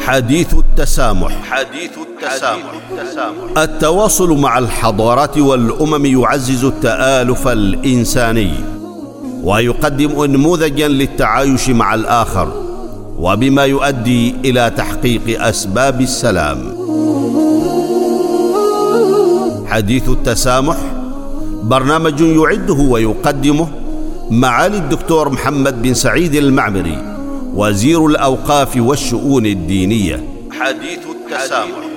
حديث التسامح. التواصل مع الحضارات والأمم يعزز التآلف الإنساني ويقدم نموذجا للتعايش مع الآخر، وبما يؤدي إلى تحقيق أسباب السلام. حديث التسامح برنامج يعده ويقدمه معالي الدكتور محمد بن سعيد المعمري، وزير الأوقاف والشؤون الدينية. حديث التسامح.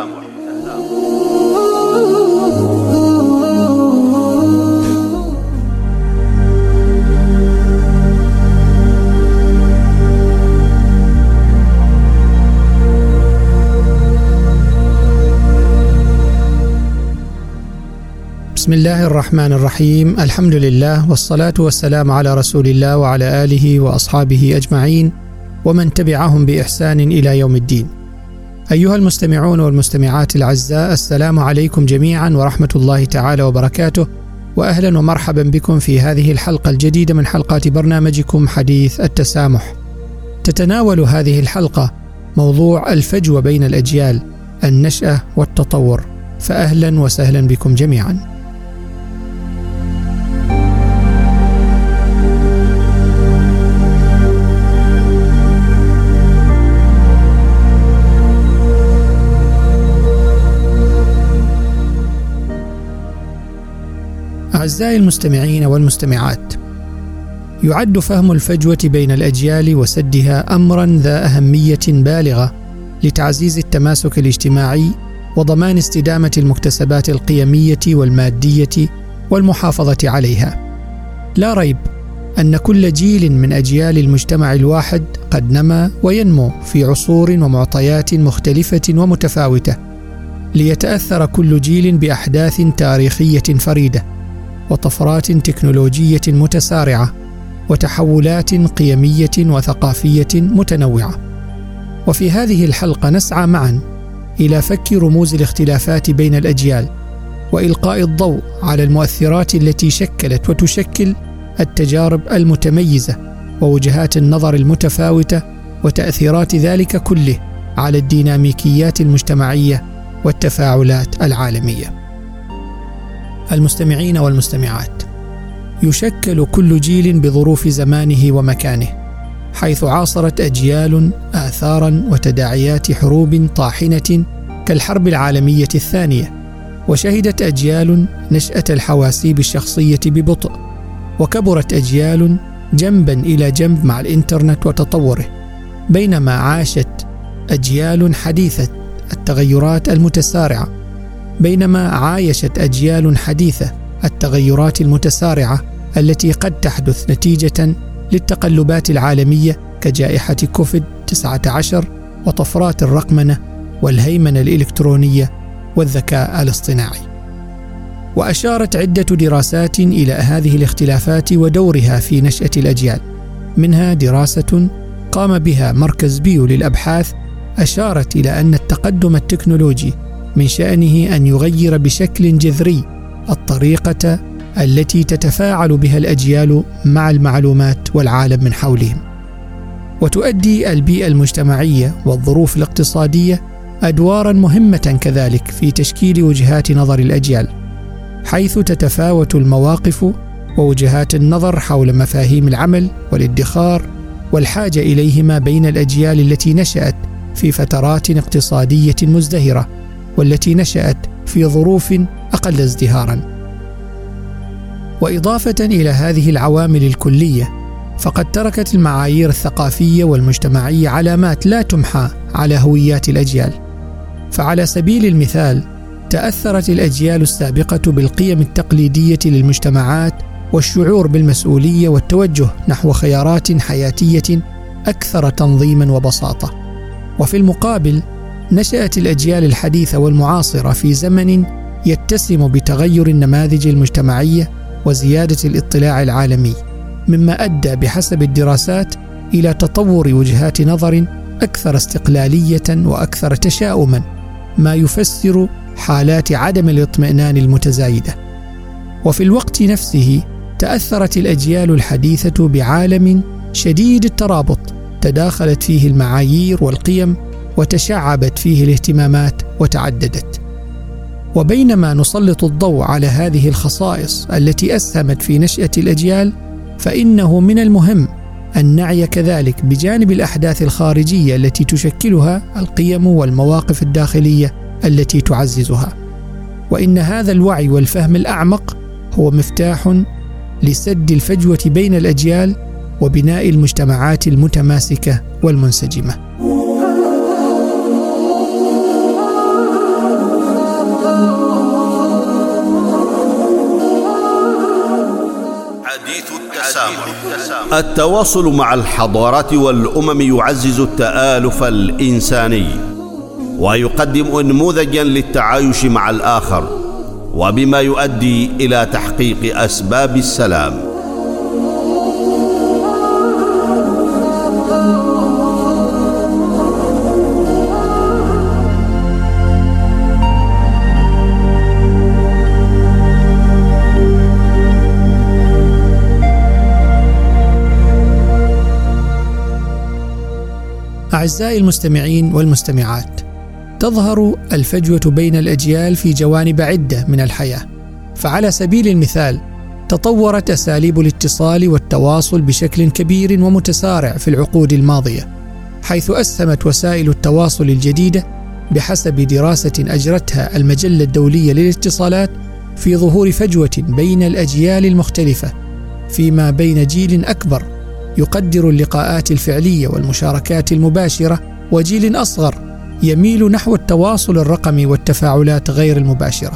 بسم الله الرحمن الرحيم. الحمد لله والصلاة والسلام على رسول الله وعلى آله وأصحابه أجمعين ومن تبعهم بإحسان إلى يوم الدين. أيها المستمعون والمستمعات الأعزاء، السلام عليكم جميعا ورحمة الله تعالى وبركاته، وأهلا ومرحبا بكم في هذه الحلقة الجديدة من حلقات برنامجكم حديث التسامح. تتناول هذه الحلقة موضوع الفجوة بين الأجيال، النشأة والتطور، فأهلا وسهلا بكم جميعا. أعزائي المستمعين والمستمعات، يعد فهم الفجوة بين الأجيال وسدها أمرا ذا أهمية بالغة لتعزيز التماسك الاجتماعي وضمان استدامة المكتسبات القيمية والمادية والمحافظة عليها. لا ريب أن كل جيل من أجيال المجتمع الواحد قد نما وينمو في عصور ومعطيات مختلفة ومتفاوتة، ليتأثر كل جيل بأحداث تاريخية فريدة وطفرات تكنولوجية متسارعة وتحولات قيمية وثقافية متنوعة. وفي هذه الحلقة نسعى معا إلى فك رموز الاختلافات بين الأجيال وإلقاء الضوء على المؤثرات التي شكلت وتشكل التجارب المتميزة ووجهات النظر المتفاوتة وتأثيرات ذلك كله على الديناميكيات المجتمعية والتفاعلات العالمية. المستمعين والمستمعات، يشكل كل جيل بظروف زمانه ومكانه، حيث عاصرت أجيال آثارا وتداعيات حروب طاحنة كالحرب العالمية الثانية، وشهدت أجيال نشأة الحواسيب الشخصية ببطء، وكبرت أجيال جنبا إلى جنب مع الإنترنت وتطوره، بينما عاشت أجيال حديثة التغيرات المتسارعة التغيرات المتسارعة التي قد تحدث نتيجة للتقلبات العالمية كجائحة كوفيد-19 وطفرات الرقمنة والهيمنة الإلكترونية والذكاء الاصطناعي. وأشارت عدة دراسات إلى هذه الاختلافات ودورها في نشأة الأجيال، منها دراسة قام بها مركز بيو للأبحاث أشارت إلى أن التقدم التكنولوجي من شأنه أن يغير بشكل جذري الطريقة التي تتفاعل بها الأجيال مع المعلومات والعالم من حولهم. وتؤدي البيئة المجتمعية والظروف الاقتصادية أدوارا مهمة كذلك في تشكيل وجهات نظر الأجيال، حيث تتفاوت المواقف ووجهات النظر حول مفاهيم العمل والادخار والحاجة إليهما بين الأجيال التي نشأت في فترات اقتصادية مزدهرة والتي نشأت في ظروف أقل ازدهارا. وإضافة إلى هذه العوامل الكلية، فقد تركت المعايير الثقافية والمجتمعية علامات لا تمحى على هويات الأجيال. فعلى سبيل المثال، تأثرت الأجيال السابقة بالقيم التقليدية للمجتمعات والشعور بالمسؤولية والتوجه نحو خيارات حياتية أكثر تنظيما وبساطة. وفي المقابل، نشأت الأجيال الحديثة والمعاصرة في زمن يتسم بتغير النماذج المجتمعية وزيادة الاطلاع العالمي، مما أدى بحسب الدراسات إلى تطور وجهات نظر أكثر استقلالية وأكثر تشاؤما، ما يفسر حالات عدم الاطمئنان المتزايدة. وفي الوقت نفسه تأثرت الأجيال الحديثة بعالم شديد الترابط تداخلت فيه المعايير والقيم وتشعبت فيه الاهتمامات وتعددت. وبينما نسلط الضوء على هذه الخصائص التي أسهمت في نشأة الأجيال، فإنه من المهم أن نعي كذلك بجانب الأحداث الخارجية التي تشكلها القيم والمواقف الداخلية التي تعززها. وإن هذا الوعي والفهم الأعمق هو مفتاح لسد الفجوة بين الأجيال وبناء المجتمعات المتماسكة والمنسجمة. حديث التسامح. التواصل مع الحضارات والأمم يعزز التآلف الإنساني ويقدم نموذجا للتعايش مع الآخر، وبما يؤدي إلى تحقيق أسباب السلام. أعزائي المستمعين والمستمعات، تظهر الفجوة بين الأجيال في جوانب عدة من الحياة. فعلى سبيل المثال، تطورت أساليب الاتصال والتواصل بشكل كبير ومتسارع في العقود الماضية، حيث أسهمت وسائل التواصل الجديدة بحسب دراسة أجرتها المجلة الدولية للاتصالات في ظهور فجوة بين الأجيال المختلفة، فيما بين جيل أكبر يقدر اللقاءات الفعلية والمشاركات المباشرة، وجيل أصغر يميل نحو التواصل الرقمي والتفاعلات غير المباشرة.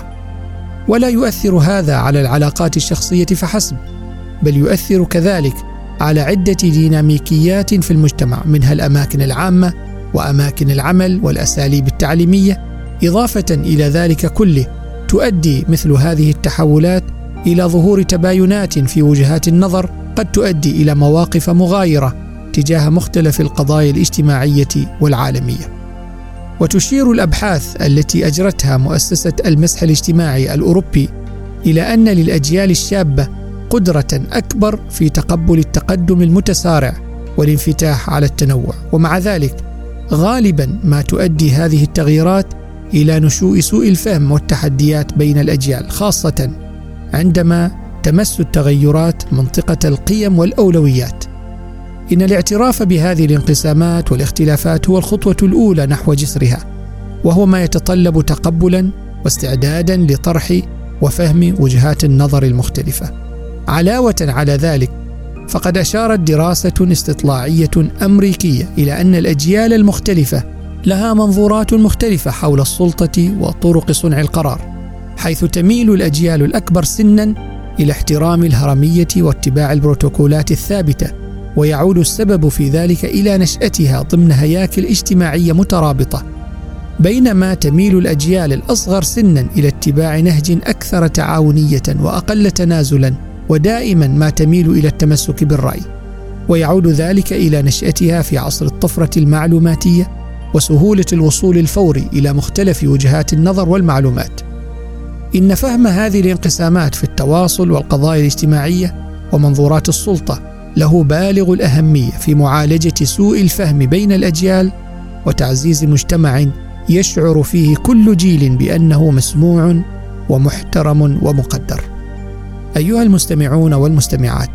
ولا يؤثر هذا على العلاقات الشخصية فحسب، بل يؤثر كذلك على عدة ديناميكيات في المجتمع، منها الأماكن العامة وأماكن العمل والأساليب التعليمية. إضافة إلى ذلك كله، تؤدي مثل هذه التحولات إلى ظهور تباينات في وجهات النظر قد تؤدي إلى مواقف مغايرة تجاه مختلف القضايا الاجتماعية والعالمية. وتشير الأبحاث التي أجرتها مؤسسة المسح الاجتماعي الأوروبي إلى أن للأجيال الشابة قدرة أكبر في تقبل التقدم المتسارع والانفتاح على التنوع، ومع ذلك غالبا ما تؤدي هذه التغييرات إلى نشوء سوء الفهم والتحديات بين الأجيال، خاصة عندما تمس التغيرات منطقة القيم والأولويات. إن الاعتراف بهذه الانقسامات والاختلافات هو الخطوة الأولى نحو جسرها، وهو ما يتطلب تقبلا واستعدادا لطرح وفهم وجهات النظر المختلفة. علاوة على ذلك، فقد أشارت دراسة استطلاعية أمريكية إلى أن الأجيال المختلفة لها منظورات مختلفة حول السلطة وطرق صنع القرار، حيث تميل الأجيال الأكبر سنا إلى احترام الهرمية واتباع البروتوكولات الثابتة، ويعود السبب في ذلك إلى نشأتها ضمن هياكل اجتماعية مترابطة، بينما تميل الأجيال الأصغر سنا إلى اتباع نهج أكثر تعاونية وأقل تنازلا، ودائما ما تميل إلى التمسك بالرأي، ويعود ذلك إلى نشأتها في عصر الطفرة المعلوماتية وسهولة الوصول الفوري إلى مختلف وجهات النظر والمعلومات. إن فهم هذه الانقسامات في التواصل والقضايا الاجتماعية ومنظورات السلطة له بالغ الأهمية في معالجة سوء الفهم بين الأجيال وتعزيز مجتمع يشعر فيه كل جيل بأنه مسموع ومحترم ومقدر. أيها المستمعون والمستمعات،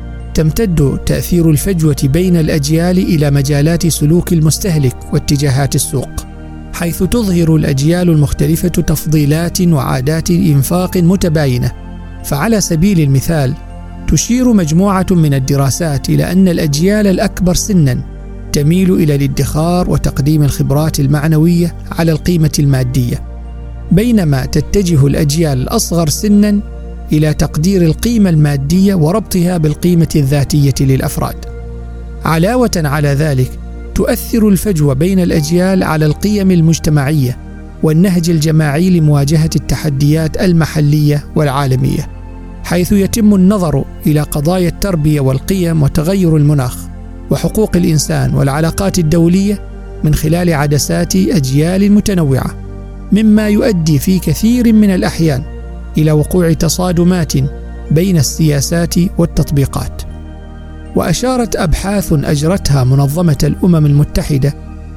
تمتد تأثير الفجوة بين الأجيال إلى مجالات سلوك المستهلك واتجاهات السوق، حيث تظهر الأجيال المختلفة تفضيلات وعادات إنفاق متباينة. فعلى سبيل المثال، تشير مجموعة من الدراسات إلى أن الأجيال الأكبر سنا تميل إلى الادخار وتقديم الخبرات المعنوية على القيمة المادية، بينما تتجه الأجيال الأصغر سنا إلى تقدير القيمة المادية وربطها بالقيمة الذاتية للأفراد. علاوة على ذلك، تؤثر الفجوة بين الأجيال على القيم المجتمعية والنهج الجماعي لمواجهة التحديات المحلية والعالمية، حيث يتم النظر إلى قضايا التربية والقيم وتغير المناخ وحقوق الإنسان والعلاقات الدولية من خلال عدسات أجيال متنوعة، مما يؤدي في كثير من الأحيان إلى وقوع تصادمات بين السياسات والتطبيقات. وأشارت أبحاث أجرتها منظمة الأمم المتحدة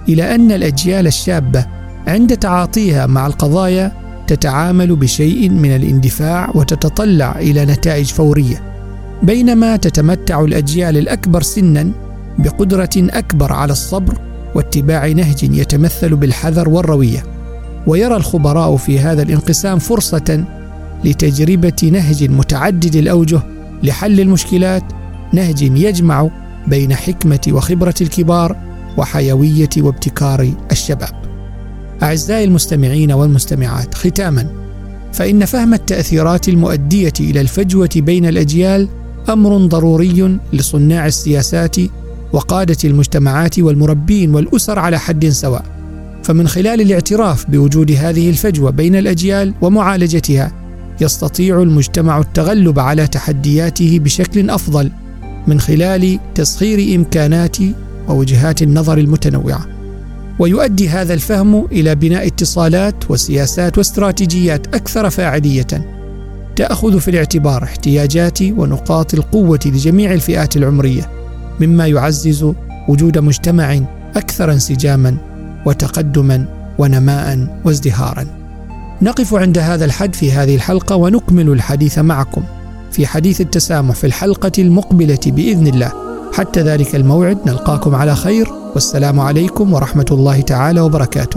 إلى أن الأجيال الشابة عند تعاطيها مع القضايا تتعامل بشيء من الاندفاع وتتطلع إلى نتائج فورية، بينما تتمتع الأجيال الأكبر سناً بقدرة أكبر على الصبر واتباع نهج يتمثل بالحذر والروية. ويرى الخبراء في هذا الانقسام فرصة لتجربة نهج متعدد الأوجه لحل المشكلات، نهج يجمع بين حكمة وخبرة الكبار وحيوية وابتكار الشباب. أعزائي المستمعين والمستمعات، ختاماً، فإن فهم التأثيرات المؤدية إلى الفجوة بين الأجيال أمر ضروري لصناع السياسات وقادة المجتمعات والمربين والأسر على حد سواء. فمن خلال الاعتراف بوجود هذه الفجوة بين الأجيال ومعالجتها يستطيع المجتمع التغلب على تحدياته بشكل أفضل من خلال تسخير إمكانات ووجهات النظر المتنوعة. ويؤدي هذا الفهم إلى بناء اتصالات وسياسات واستراتيجيات أكثر فاعلية تأخذ في الاعتبار احتياجات ونقاط القوة لجميع الفئات العمرية، مما يعزز وجود مجتمع أكثر انسجاما وتقدما ونماء وازدهارا. نقف عند هذا الحد في هذه الحلقة، ونكمل الحديث معكم في حديث التسامح في الحلقة المقبلة بإذن الله. حتى ذلك الموعد نلقاكم على خير، والسلام عليكم ورحمة الله تعالى وبركاته.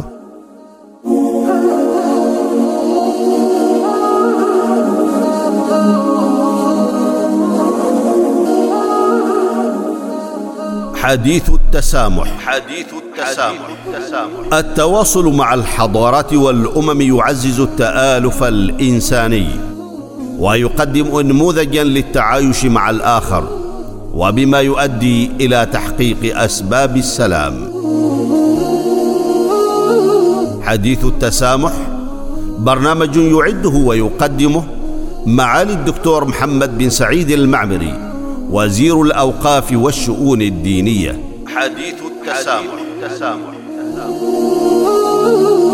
حديث التسامح. التواصل مع الحضارات والأمم يعزز التآلف الإنساني ويقدم نموذجا للتعايش مع الآخر، وبما يؤدي إلى تحقيق أسباب السلام. حديث التسامح برنامج يعده ويقدمه معالي الدكتور محمد بن سعيد المعمري، وزير الأوقاف والشؤون الدينية. حديث التسامح.